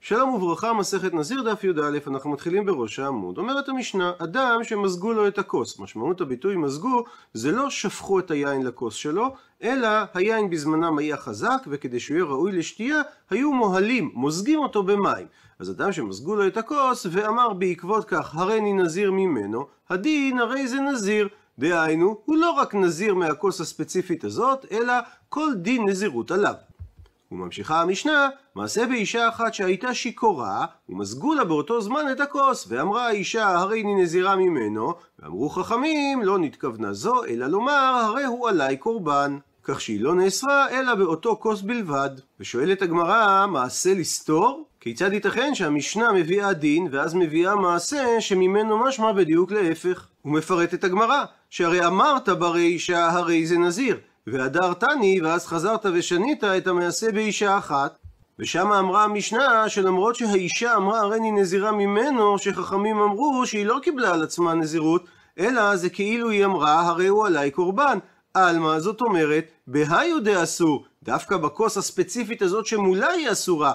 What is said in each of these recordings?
שלום וברכה, מסכת נזיר דף י"א, אנחנו מתחילים בראש העמוד. אומרת המשנה, אדם שמזגו לו את הכוס. משמעות הביטוי מזגו זה לא שפכו את היין לכוס שלו, אלא היין בזמנם היה חזק, וכדי שהוא יהיה ראוי לשתייה, היו מוהלים, מוזגים אותו במים. אז אדם שמזגו לו את הכוס ואמר בעקבות כך, הריני נזיר ממנו, הדין הרי זה נזיר. דהיינו, הוא לא רק נזיר מהכוס הספציפית הזאת, אלא כל דין נזירות עליו. וממשיכה המשנה, מעשה באישה אחת שהייתה שיכורה, ומזגו לה באותו זמן את הכוס, ואמרה האישה, הרי אני נזירה ממנו, ואמרו חכמים, לא נתכוונה זו, אלא לומר, הרי הוא עליי קורבן, כך שהיא לא נאסרה, אלא באותו כוס בלבד. ושואלת הגמרא, מעשה לסתור? כיצד ייתכן שהמשנה מביאה דין, ואז מביאה מעשה שממנו משמע בדיוק להפך? ומפרטת הגמרא, שהרי אמרת ברישה, הרי זה נזיר, והדרתני, ואז חזרת ושנית את המעשה באישה אחת. ושם אמרה המשנה שלמרות שהאישה אמרה הרי אני נזירה ממנו, שחכמים אמרו שהיא לא קיבלה על עצמה נזירות, אלא זה כאילו היא אמרה הרי הוא עליי קורבן. מה זאת אומרת? בהיו דאסור, דווקא בכוס הספציפית הזאת שמולה היא אסורה,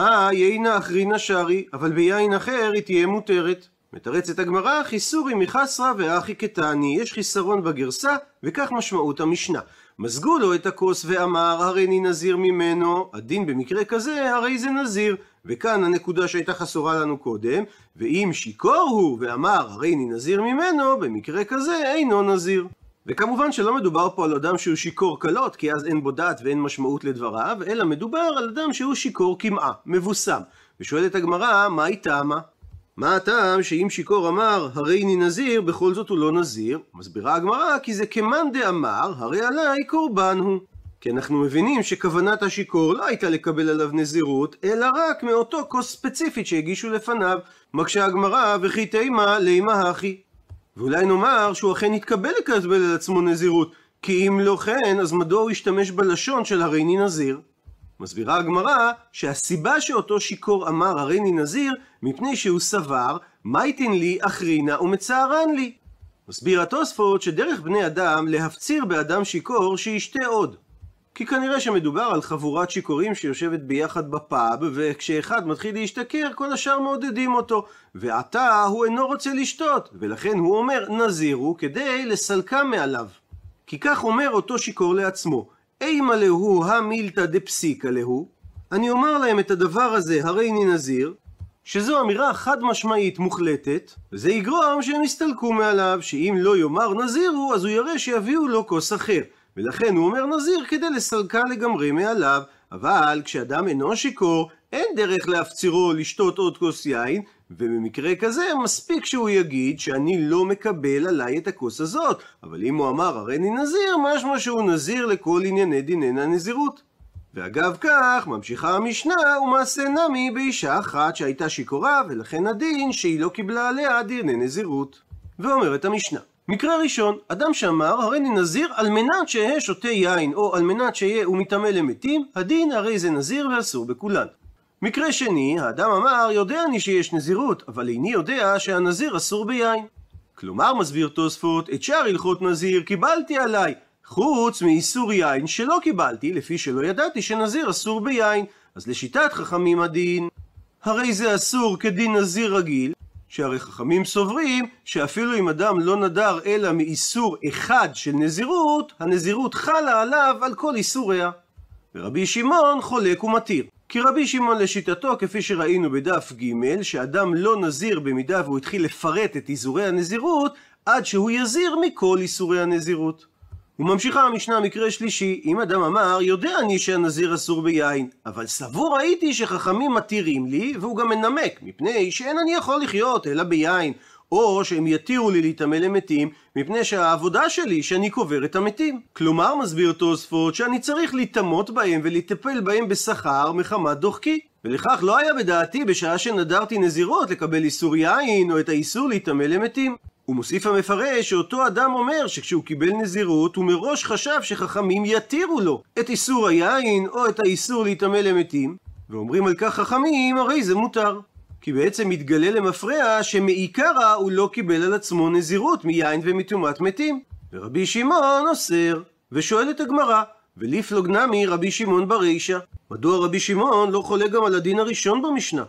יינה אחרינה שרי, אבל ביין אחר היא תהיה מותרת. מתרצת הגמרא, חיסורי מחסרה ואחי קטני, יש חיסרון בגרסה, וכך משמעות המשנה. מזגו לו את הכוס ואמר, הרי אני נזיר ממנו, הדין במקרה כזה, הרי זה נזיר. וכאן הנקודה שהייתה חסורה לנו קודם, ואם שיקור הוא ואמר, הרי אני נזיר ממנו, במקרה כזה אינו נזיר. וכמובן שלא מדובר פה על אדם שהוא שיקור קלות, כי אז אין בו דעת ואין משמעות לדבריו, אלא מדובר על אדם שהוא שיקור כמעה, מבוסם. ושואלת הגמרא, מה היא טעמה? מה הטעם שאם שיקור אמר, הרי אני נזיר, בכל זאת הוא לא נזיר? מסבירה הגמרא, כי זה כמאן דאמר, הרי עליי קורבן הוא. כי אנחנו מבינים שכוונת השיקור לא הייתה לקבל עליו נזירות, אלא רק מאותו כוס ספציפית שהגישו לפניו. מקשה הגמרא, וכי תימה לימה הכי. ואולי נאמר שהוא אכן יתקבל לקבל על עצמו נזירות, כי אם לא כן, אז מדוע הוא ישתמש בלשון של הרי אני נזיר? מסבירה הגמרא שהסיבה שאותו שיקור אמר הרי אני נזיר, מפני שהוא סבר, מה ייתן לי אחרינה ומצערן לי. מסביר התוספות שדרך בני אדם להפציר באדם שיקור שישתה עוד. כי כנראה שמדובר על חבורת שיקורים שיושבת ביחד בפאב, וכשאחד מתחיל להשתכר כל השאר מעודדים אותו, ועתה הוא אינו רוצה לשתות, ולכן הוא אומר נזירו כדי לסלקם מעליו. כי כך אומר אותו שיקור לעצמו, אימה להו המילתא דפסיקה להו, אני אומר להם את הדבר הזה הרי אני נזיר, שזו אמירה חד משמעית מוחלטת, וזה יגרום שהם יסתלקו מעליו, שאם לא יאמר נזירו אז הוא יראה שיביאו לו כוס אחר, ולכן הוא אומר נזיר כדי לסלקה לגמרי מעליו. אבל כשאדם אינו שיקור, אין דרך להפצירו לשתות עוד כוס יין, ובמקרה כזה מספיק שהוא יגיד שאני לא מקבל עליי את הכוס הזאת. אבל אם הוא אמר הרי אני נזיר, משמע שהוא נזיר לכל ענייני דינן הנזירות. ואגב כך, ממשיכה המשנה, ומעשה נמי באישה אחת שהייתה שיכורה, ולכן הדין שהיא לא קיבלה עליה דיני נזירות. ואומרת המשנה, מקרה ראשון, אדם שאמר הרי אני נזיר על מנת שיהיה שותה יין, או על מנת שיהיה הוא מטמא למתים, הדין הרי זה נזיר ואסור בכולן. מקרה שני, האדם אמר יודע אני שיש נזירות, אבל איני יודע שהנזיר אסור ביין. כלומר, מסביר תוספות, את שאר הלכות נזיר קיבלתי עליי, חוץ מאיסור יין שלא קיבלתי, לפי שלא ידעתי שנזיר אסור ביין. אז לשיטת חכמים הדין, הרי זה אסור כדין נזיר רגיל, שהרי חכמים סוברים שאפילו אם אדם לא נדר אלא מאיסור אחד של נזירות, הנזירות חלה עליו על כל איסוריה. ורבי שמעון חולק ומתיר. כי רבי שמעון לשיטתו, כפי שראינו בדף ג', שאדם לא נזיר במידה והוא התחיל לפרט את איסורי הנזירות, עד שהוא יזיר מכל איסורי הנזירות. וממשיכה המשנה מקרה שלישי, אם אדם אמר יודע אני שהנזיר אסור ביין, אבל סבור הייתי שחכמים מתירים לי, והוא גם מנמק, מפני שאין אני יכול לחיות אלא ביין, או שהם יתירו לי להיטמא למתים, מפני שהעבודה שלי שאני קובר את המתים. כלומר, מסביר תוספות שאני צריך להיטמות בהם ולטפל בהם בשכר מחמת דוחקי. ולכך לא היה בדעתי בשעה שנדרתי נזירות לקבל איסור יין או את האיסור להיטמא למתים. הוא מוסיף המפרש שאותו אדם אומר שכשהוא קיבל נזירות הוא מראש חשב שחכמים יתירו לו את איסור היין או את האיסור להיטמא למתים, ואומרים על כך חכמים הרי זה מותר. כי בעצם מתגלה למפרע שמעיקרא הוא לא קיבל על עצמו נזירות מיין ומטומאת מתים, ורבי שמעון אוסר. ושואלת הגמרא, וליפלוג נמי רבי שמעון ברישא, מדוע רבי שמעון לא חולק גם על הדין הראשון במשנה?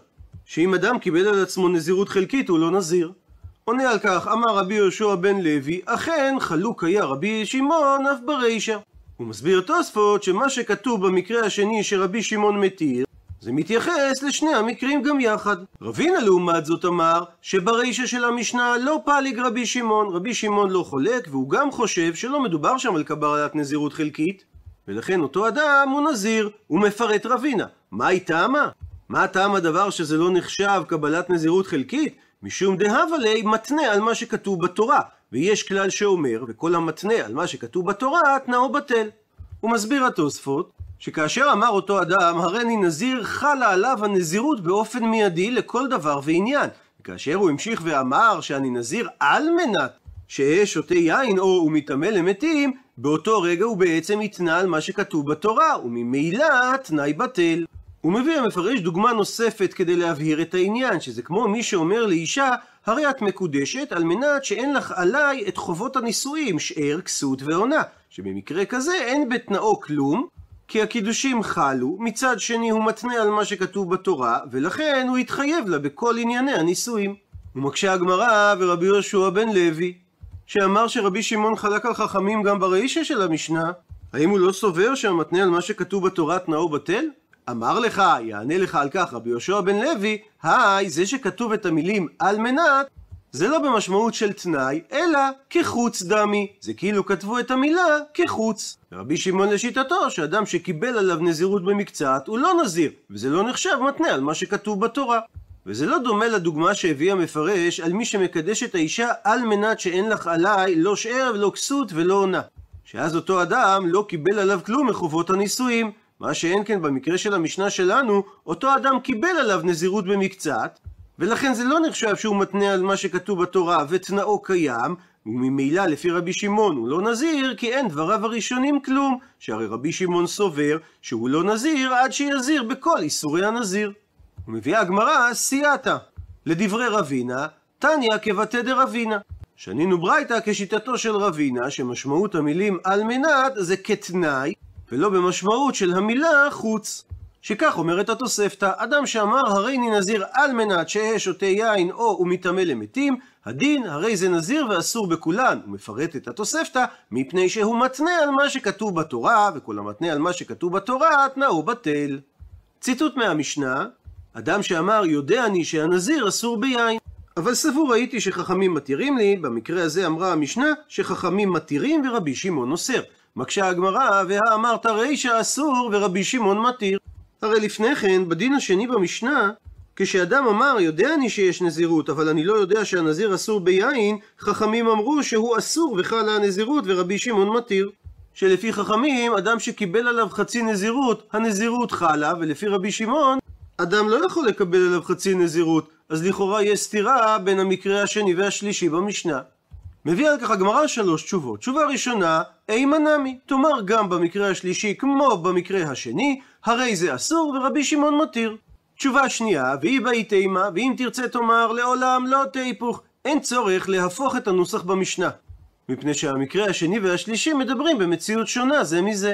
שאם אדם קיבל על עצמו נזירות חלקית הוא לא נזיר. עונה על כך, אמר רבי יהושע בן לוי, אכן חלוק היה רבי שמעון אף ברישא. הוא מסביר תוספות שמה שכתוב במקרה השני שרבי שמעון מתיר, זה מתייחס לשני המקרים גם יחד. רבינה לעומת זאת אמר שברישא של המשנה לא פליג רבי שמעון. רבי שמעון לא חולק, והוא גם חושב שלא מדובר שם על קבלת נזירות חלקית, ולכן אותו אדם הוא נזיר. הוא מפרט רבינה. מה היא טעמה? מה טעם הדבר שזה לא נחשב קבלת נזירות חלקית? משום דהבה ליה מתנה על מה שכתוב בתורה, ויש כלל שאומר, וכל המתנה על מה שכתוב בתורה תנאו בטל. הוא מסביר התוספות שכאשר אמר אותו אדם הריני נזיר, חלה עליו הנזירות באופן מיידי לכל דבר ועניין. וכאשר הוא המשיך ואמר שאני נזיר על מנת שאשותה יין או הוא מטמא למתים, באותו רגע הוא בעצם התנה על מה שכתוב בתורה, וממילא תנאי בטל. הוא מביא המפרש דוגמה נוספת כדי להבהיר את העניין, שזה כמו מי שאומר לאישה, הרי את מקודשת על מנת שאין לך עליי את חובות הנישואים, שאר, כסות ועונה, שבמקרה כזה אין בתנאו כלום, כי הקידושים חלו, מצד שני הוא מתנה על מה שכתוב בתורה, ולכן הוא יתחייב לה בכל ענייני הנישואים. הוא מקשה הגמרא ורבי יהושע בן לוי, שאמר שרבי שמעון חלק על חכמים גם ברישא של המשנה, האם הוא לא סובר שהמתנה על מה שכתוב בתורה תנאו בטל? אמר לך, יענה לך על כך רבי יהושע בן לוי, זה שכתוב את המילים על מנת, זה לא במשמעות של תנאי, אלא כחוץ דמי. זה כאילו כתבו את המילה כחוץ. רבי שמעון לשיטתו, שאדם שקיבל עליו נזירות במקצת, הוא לא נזיר, וזה לא נחשב מתנה על מה שכתוב בתורה. וזה לא דומה לדוגמה שהביא המפרש על מי שמקדש את האישה על מנת שאין לך עליי לא שאר, לא כסות ולא עונה. שאז אותו אדם לא קיבל עליו כלום מחובות הנישואים. מה שאין כן במקרה של המשנה שלנו, אותו אדם קיבל עליו נזירות במקצת, ולכן זה לא נחשב שהוא מתנה על מה שכתוב בתורה ותנאו קיים, וממילא לפי רבי שמעון הוא לא נזיר, כי אין דבריו הראשונים כלום, שהרי רבי שמעון סובר שהוא לא נזיר עד שיזיר בכל איסורי הנזיר. ומביאה הגמרא סייעתא לדברי רבינה, תניא כבתי דרבינה. שנינו ברייתא כשיטתו של רבינה, שמשמעות המילים על מנת זה כתנאי, ולא במשמעות של המילה חוץ. שכך אומרת התוספתא, אדם שאמר הריני נזיר על מנת שאשותה יין או הוא מטמא למתים, הדין הרי זה נזיר ואסור בכולן. הוא מפרט את התוספתא מפני שהוא מתנה על מה שכתוב בתורה, וכל המתנה על מה שכתוב בתורה תנאו בטל. ציטוט מהמשנה, אדם שאמר יודע אני שהנזיר אסור ביין, אבל סבור הייתי שחכמים מתירים לי. במקרה הזה אמרה המשנה שחכמים מתירים ורבי שמעון אוסר. מקשה הגמרא, והאמרת רישא אסור ורבי שמעון מתיר. הרי לפני כן, בדין השני במשנה, כשאדם אמר יודע אני שיש נזירות, אבל אני לא יודע שהנזיר אסור ביין, חכמים אמרו שהוא אסור וחלה הנזירות ורבי שמעון מתיר. שלפי חכמים, אדם שקיבל עליו חצי נזירות, הנזירות חלה, ולפי רבי שמעון, אדם לא יכול לקבל עליו חצי נזירות, אז לכאורה יש סתירה בין המקרה השני והשלישי במשנה. מביא על כך הגמרא 3 תשובות. תשובה ראשונה, אימה נמי, תאמר גם במקרה השלישי כמו במקרה השני, הרי זה אסור ורבי שמעון מתיר. תשובה שנייה, והיא באית אימה, ואם תרצה תאמר לעולם לא תהיפוך, אין צורך להפוך את הנוסח במשנה, מפני שהמקרה השני והשלישי מדברים במציאות שונה זה מזה.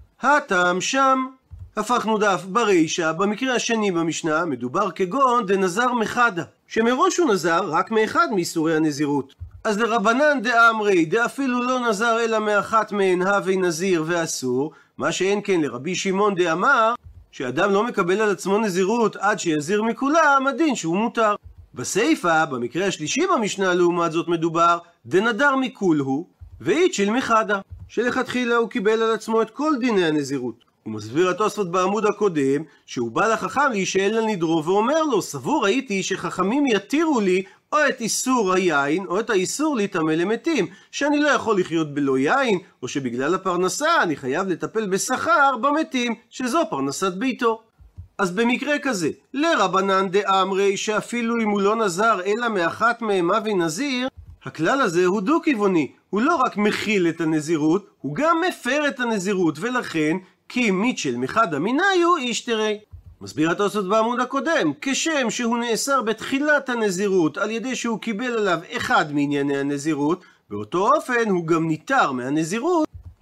הטעם שם, הפכנו דף ברישא, במקרה השני במשנה מדובר כגון דנזר מחדה, שמראש הוא נזר רק מאחד מאיסורי הנזירות. אז לרבנן דאמרי, דאפילו לא נזר אלא מאחת מהן הווי נזיר ואסור, מה שאין כן לרבי שמעון דאמר, שאדם לא מקבל על עצמו נזירות עד שיזיר מכולם, הדין שהוא מותר. בסייפה, במקרה השלישי במשנה לעומת זאת מדובר, דנדר מכולהו, ואיצ'יל מחדה, שלכתחילה הוא קיבל על עצמו את כל דיני הנזירות. הוא מסביר התוספות בעמוד הקודם, שהוא בא לחכם להישאל על נדרו ואומר לו, סבור הייתי שחכמים יתירו לי או את איסור היין, או את האיסור להיטמא למתים, שאני לא יכול לחיות בלא יין, או שבגלל הפרנסה אני חייב לטפל בשכר במתים, שזו פרנסת ביתו. אז במקרה כזה, לרבנן דאמרי, שאפילו אם הוא לא נזר אלא מאחת מהם הווי נזיר, הכלל הזה הוא דו-כיווני, הוא לא רק מכיל את הנזירות, הוא גם מפר את הנזירות, ולכן, כי מיטשל מחד אמיניו אישתרי. מסביר התוספות בעמוד הקודם, כשם שהוא נאסר בתחילת הנזירות על ידי שהוא קיבל עליו אחד מענייני הנזירות, באותו אופן הוא גם ניתר מהנזירות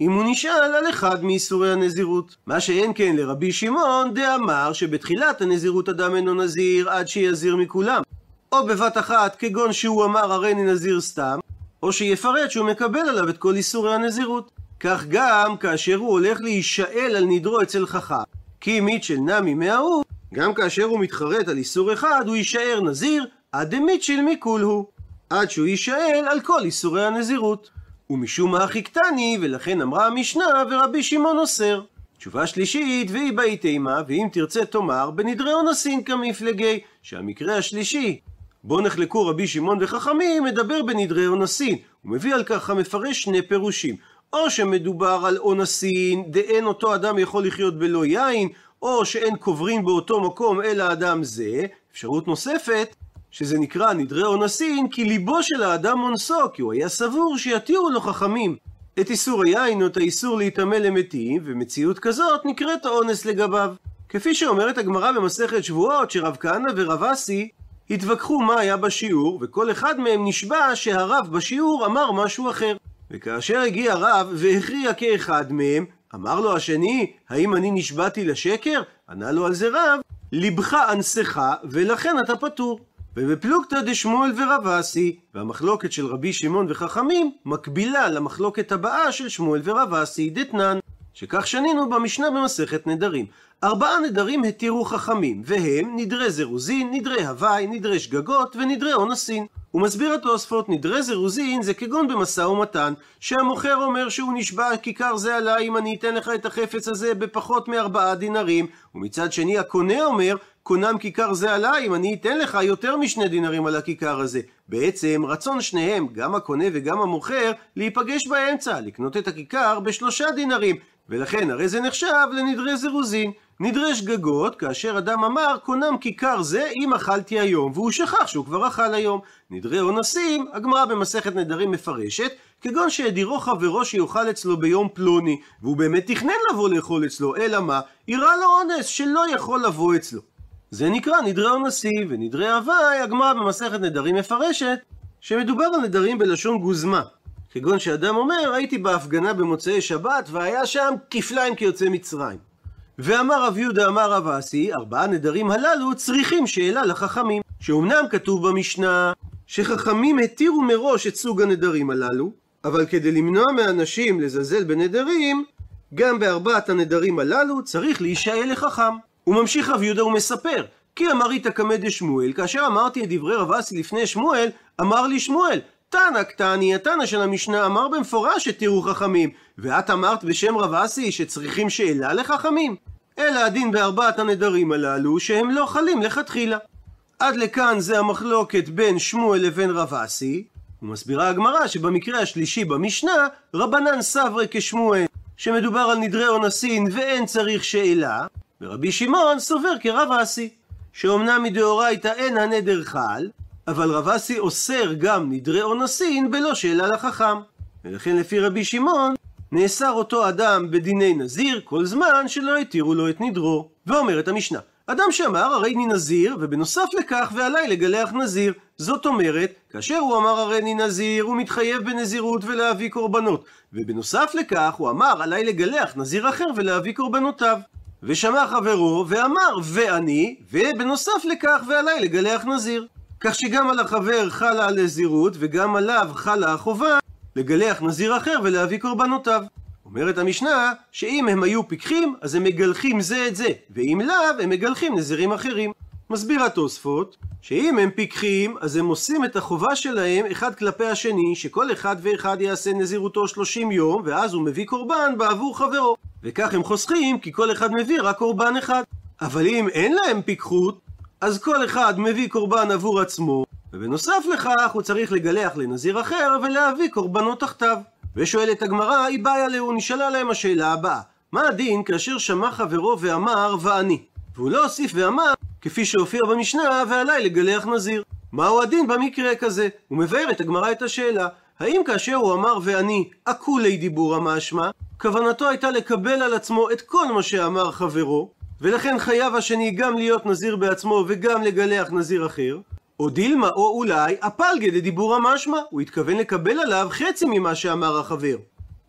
אם הוא נשאל על אחד מאיסורי הנזירות. מה שאין כן לרבי שמעון דאמר שבתחילת הנזירות אדם אינו נזיר עד שיזיר מכולם, או בבת אחת כגון שהוא אמר הריני נזיר סתם, או שיפרט שהוא מקבל עליו את כל איסורי הנזירות. כך גם כאשר הוא הולך להישאל על נדרו אצל חכם, כי מיטשל נמי מההוא, גם כאשר הוא מתחרט על איסור אחד הוא יישאר נזיר עד דמיטשל מכול הוא, עד שהוא יישאל על כל איסורי הנזירות. ומשום מה הכי קטני, ולכן אמרה המשנה ורבי שמעון אוסר. תשובה שלישית, והיא באי תימה, ואם תרצה תאמר בנדרי אונסין כמפלגי, שהמקרה השלישי בו נחלקו רבי שמעון וחכמים מדבר בנדרי אונסין. הוא מביא על כך המפרש שני פירושים, או שמדובר על אונסין דאין אותו אדם יכול לחיות בלא יין, או שאין קוברין באותו מקום אלא אדם זה. אפשרות נוספת, שזה נקרא נדרי אונסין כי ליבו של האדם אונסו, כי הוא היה סבור שיתירו לו חכמים את איסור היין או את האיסור להיטמא למתים, ומציאות כזאת נקראת האונס לגביו. כפי שאומרת הגמרא במסכת שבועות שרב כהנא ורב אסי התווכחו מה היה בשיעור, וכל אחד מהם נשבע שהרב בשיעור אמר משהו אחר. וכאשר הגיע רב והכריע כאחד מהם, אמר לו השני, האם אני נשבעתי לשקר? ענה לו על זה רב, ליבך אנסך ולכן אתה פטור. ובפלוגתא דשמואל ורב אסי, והמחלוקת של רבי שמעון וחכמים מקבילה למחלוקת הבאה של שמואל ורב אסי דתנן, שכך שנינו במשנה במסכת נדרים. 4 נדרים התירו חכמים, והם נדרי זירוזין, נדרי הווי, נדרי שגגות ונדרי אונסין. הוא מסביר התוספות, נדרי זירוזין זה כגון במשא ומתן, שהמוכר אומר שהוא נשבע כיכר זה עליי אם אני אתן לך את החפץ הזה בפחות מ4 דינרים, ומצד שני הקונה אומר, קונם כיכר זה עליי אם אני אתן לך יותר מ2 דינרים על הכיכר הזה. בעצם רצון שניהם, גם הקונה וגם המוכר, להיפגש באמצע, לקנות את הכיכר ב3 דינרים, ולכן הרי זה נחשב לנדרי זירוזין. נדרי שגגות, כאשר אדם אמר קונם כיכר זה אם אכלתי היום, והוא שכח שהוא כבר אכל היום. נדרי אונסים, הגמרא במסכת נדרים מפרשת, כגון שהדירו חברו שיאכל אצלו ביום פלוני, והוא באמת תכנן לבוא לאכול אצלו, אלא מה? יראה לו אונס שלא יכול לבוא אצלו. זה נקרא נדרי אונסים. ונדרי הווי, הגמרא במסכת נדרים מפרשת, שמדובר על נדרים בלשון גוזמה. כגון שאדם אומר, הייתי בהפגנה במוצאי שבת, והיה שם כפליים כיוצא מצרים. ואמר רב יהודה אמר רב אסי, 4 נדרים הללו צריכים שאלה לחכמים. שאומנם כתוב במשנה שחכמים התירו מראש את סוג הנדרים הללו, אבל כדי למנוע מאנשים לזלזל בנדרים, גם ב4 הנדרים הללו צריך להישאל לחכם. הוא ממשיך רב יהודה ומספר, כי אמרית קמא דשמואל, כאשר אמרתי את דברי רב אסי לפני שמואל, אמר לי שמואל, תנא קטני, התנא של המשנה אמר במפורש שתירו חכמים, ואת אמרת בשם רב אסי שצריכים שאלה לחכמים? אלא הדין ב4 הנדרים הללו שהם לא חלים לכתחילה. עד לכאן זה המחלוקת בין שמואל לבין רב אסי. ומסבירה הגמרא שבמקרה השלישי במשנה, רבנן סברי כשמואל, שמדובר על נדרי אונסין ואין צריך שאלה, ורבי שמעון סובר כרב אסי, שאומנם מדאורייתא אין הנדר חל, אבל רב אסי אוסר גם נדרי אונסין בלא שאלה לחכם. ולכן לפי רבי שמעון נאסר אותו אדם בדיני נזיר כל זמן שלא התירו לו את נדרו. ואומרת המשנה, אדם שאמר הריני נזיר, ובנוסף לכך ועליי לגלח נזיר. זאת אומרת, כאשר הוא אמר הריני נזיר, הוא מתחייב בנזירות ולהביא קורבנות, ובנוסף לכך הוא אמר עליי לגלח נזיר אחר ולהביא קורבנותיו. ושמע חברו ואמר ואני, ובנוסף לכך ועליי לגלח נזיר. כך שגם על החבר חלה הנזירות וגם עליו חלה החובה לגלח נזיר אחר ולהביא קורבנותיו. אומרת המשנה שאם הם היו פיקחים אז הם מגלחים זה את זה, ואם לאו הם מגלחים נזירים אחרים. מסביר התוספות שאם הם פיקחים אז הם עושים את החובה שלהם אחד כלפי השני, שכל אחד ואחד יעשה נזירותו 30 יום ואז הוא מביא קורבן בעבור חברו, וכך הם חוסכים כי כל אחד מביא רק קורבן אחד. אבל אם אין להם פיקחות אז כל אחד מביא קורבן עבור עצמו, ובנוסף לכך הוא צריך לגלח לנזיר אחר ולהביא קורבנות תחתיו. ושואלת הגמרא, היא בעיה לו, נשאלה להם השאלה הבאה, מה הדין כאשר שמע חברו ואמר ואני, והוא לא הוסיף ואמר כפי שהופיע במשנה ועליי לגלח נזיר? מהו הדין במקרה כזה? הוא מבאר את הגמרא את השאלה, האם כאשר הוא אמר ואני אקולי דיבורא משמע, כוונתו הייתה לקבל על עצמו את כל מה שאמר חברו, ולכן חייב השני גם להיות נזיר בעצמו וגם לגלח נזיר אחר? או דילמה, או אולי, הפלגה דדיבורא משמע, הוא התכוון לקבל עליו חצי ממה שאמר החבר.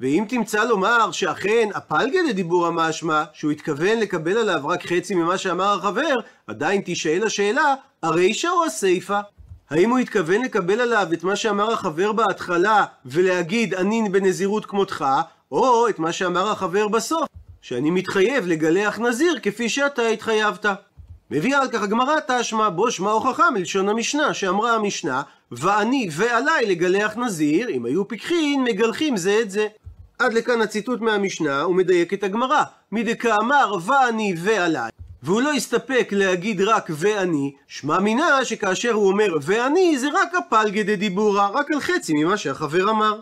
ואם תמצא לומר שאכן הפלגה דדיבורא משמע, שהוא התכוון לקבל עליו רק חצי ממה שאמר החבר, עדיין תישאל השאלה, הרישא או הסיפא? האם הוא התכוון לקבל עליו את מה שאמר החבר בהתחלה ולהגיד אני בנזירות כמותך, או את מה שאמר החבר בסוף, שאני מתחייב לגלח נזיר כפי שאתה התחייבת? מביאה על כך הגמרא תשמע, בו שמע הוכחה מלשון המשנה, שאמרה המשנה, ואני ועליי לגלח נזיר, אם היו פיקחין מגלחים זה את זה. עד לכאן הציטוט מהמשנה, הוא מדייק את הגמרא, מדכאמר ואני ועליי, והוא לא הסתפק להגיד רק ואני, שמע מינה שכאשר הוא אומר ואני זה רק הפלגה דדיבורא, רק על חצי ממה שהחבר אמר.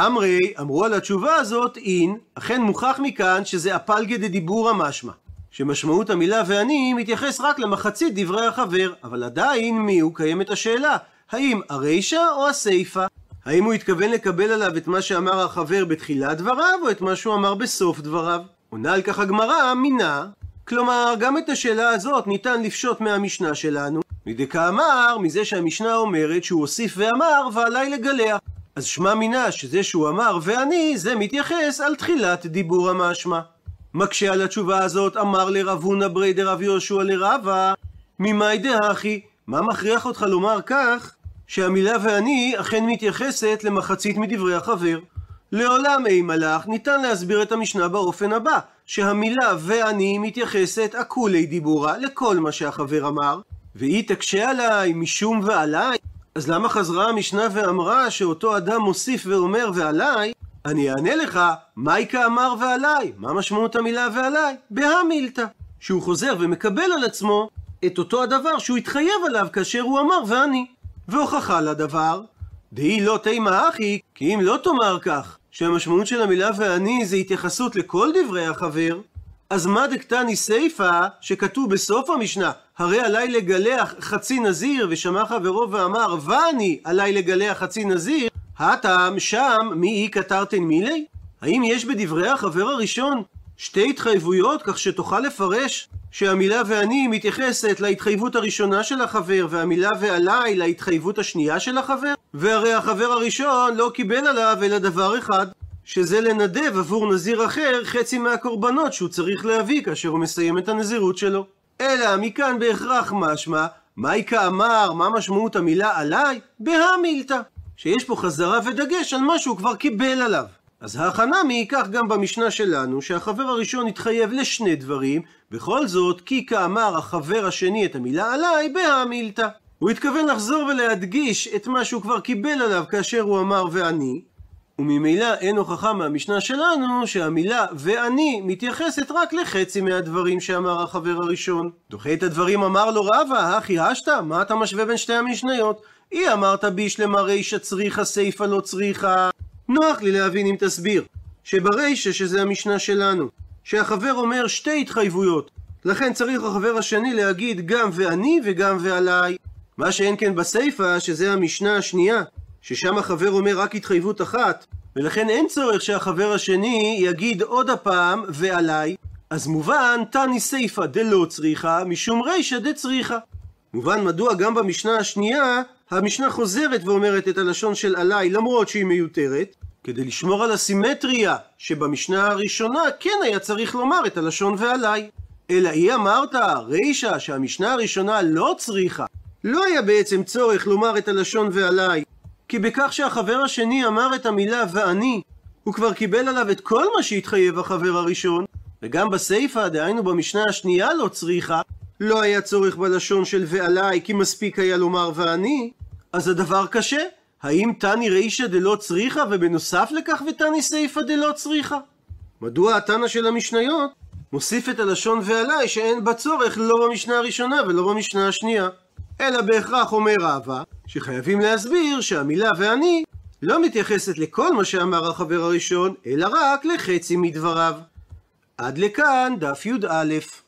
אמרו על התשובה הזאת אין, אכן מוכח מכאן שזה הפלגה דדיבורא משמע, שמשמעות המילה ואני מתייחס רק למחצית דברי החבר, אבל עדיין מיהו קיימת השאלה, האם הרישא או הסיפא? האם הוא התכוון לקבל עליו את מה שאמר החבר בתחילת דבריו, או את מה שהוא אמר בסוף דבריו? עונה על כך הגמרא מינה, כלומר גם את השאלה הזאת ניתן לפשוט מהמשנה שלנו, מדכאמר, מזה שהמשנה אומרת שהוא הוסיף ואמר ועליי לגלח, אז שמע מינה שזה שהוא אמר ואני זה מתייחס על תחילת דיבורא משמע. מקשה על התשובה הזאת אמר לרב הונא ברי דרב יהושע לרבא, ממאי דהכי, מה מכריח אותך לומר כך שהמילה ואני אכן מתייחסת למחצית מדברי החבר? לעולם אי מלאך, ניתן להסביר את המשנה באופן הבא, שהמילה ואני מתייחסת אכולי דיבורא לכל מה שהחבר אמר, והיא תקשה עליי משום ועליי. אז למה חזרה המשנה ואמרה שאותו אדם מוסיף ואומר ועליי? אני אענה לך, מהי כאמר ועליי? מה משמעות המילה ועליי? בהמילתא, שהוא חוזר ומקבל על עצמו את אותו הדבר שהוא התחייב עליו כאשר הוא אמר ואני. והוכחה לדבר, דהי לא תימא אחי, כי אם לא תאמר כך, שהמשמעות של המילה ואני זה התייחסות לכל דברי החבר, אז מה דקתני סיפא שכתוב בסוף המשנה, הרי עליי לגלח חצי נזיר, ושמע חברו ואמר ואני עליי לגלח חצי נזיר, הטעם שם מי כתרתן מילי? האם יש בדברי החבר הראשון שתי התחייבויות כך שתוכל לפרש שהמילה ואני מתייחסת להתחייבות הראשונה של החבר והמילה ועליי להתחייבות השנייה של החבר? והרי החבר הראשון לא קיבל עליו אלא דבר אחד, שזה לנדב עבור נזיר אחר חצי מהקורבנות שהוא צריך להביא כאשר הוא מסיים את הנזירות שלו. אלא מכאן בהכרח משמע, מהי כאמר, מה משמעות המילה עליי? בהמילתא, שיש פה חזרה ודגש על מה שהוא כבר קיבל עליו. אז ההכנמי כך גם במשנה שלנו, שהחבר הראשון התחייב לשני דברים, בכל זאת כי כאמר החבר השני את המילה עליי בהמילתא. הוא התכוון לחזור ולהדגיש את מה שהוא כבר קיבל עליו כאשר הוא אמר ואני, וממילא אין הוכחה מהמשנה שלנו שהמילה ואני מתייחסת רק לחצי מהדברים שאמר החבר הראשון. דוחה את הדברים אמר לו רבא, הכי השתא, מה אתה משווה בין שתי המשניות? היא אמרת בישלמה רישא צריכה סיפא לא צריכה. נוח לי להבין אם תסביר שברישא, שזה המשנה שלנו, שהחבר אומר שתי התחייבויות, לכן צריך החבר השני להגיד גם ואני וגם ועליי. מה שאין כן בסיפא, שזה המשנה השנייה, ששם החבר אומר רק התחייבות אחת, ולכן אין צורך שהחבר השני יגיד עוד הפעם ועליי, אז מובן תני סיפא דלא צריכה משום רישא דצריכה. מובן מדוע גם במשנה השנייה המשנה חוזרת ואומרת את הלשון של עליי למרות שהיא מיותרת, כדי לשמור על הסימטריה שבמשנה הראשונה כן היה צריך לומר את הלשון ועליי. אלא היא אמרת רישא שהמשנה הראשונה לא צריכה, לא היה בעצם צורך לומר את הלשון ועליי, כי בכך שהחבר השני אמר את המילה ואני, הוא כבר קיבל עליו את כל מה שהתחייב החבר הראשון. וגם בסיפא, דהיינו במשנה השנייה לא צריכה, לא היה צורך בלשון של ועליי, כי מספיק היה לומר ואני. אז הדבר קשה, האם תני רישא דלא צריכה ובנוסף לכך ותני סיפא דלא צריכה? מדוע התנא של המשניות מוסיף את הלשון ועליי שאין בה צורך לא במשנה הראשונה ולא במשנה השנייה? אלא בהכרח אומר רבא שחייבים להסביר שהמילה ואני לא מתייחסת לכל מה שאמר החבר הראשון, אלא רק לחצי מדבריו. עד לכאן דף י"א.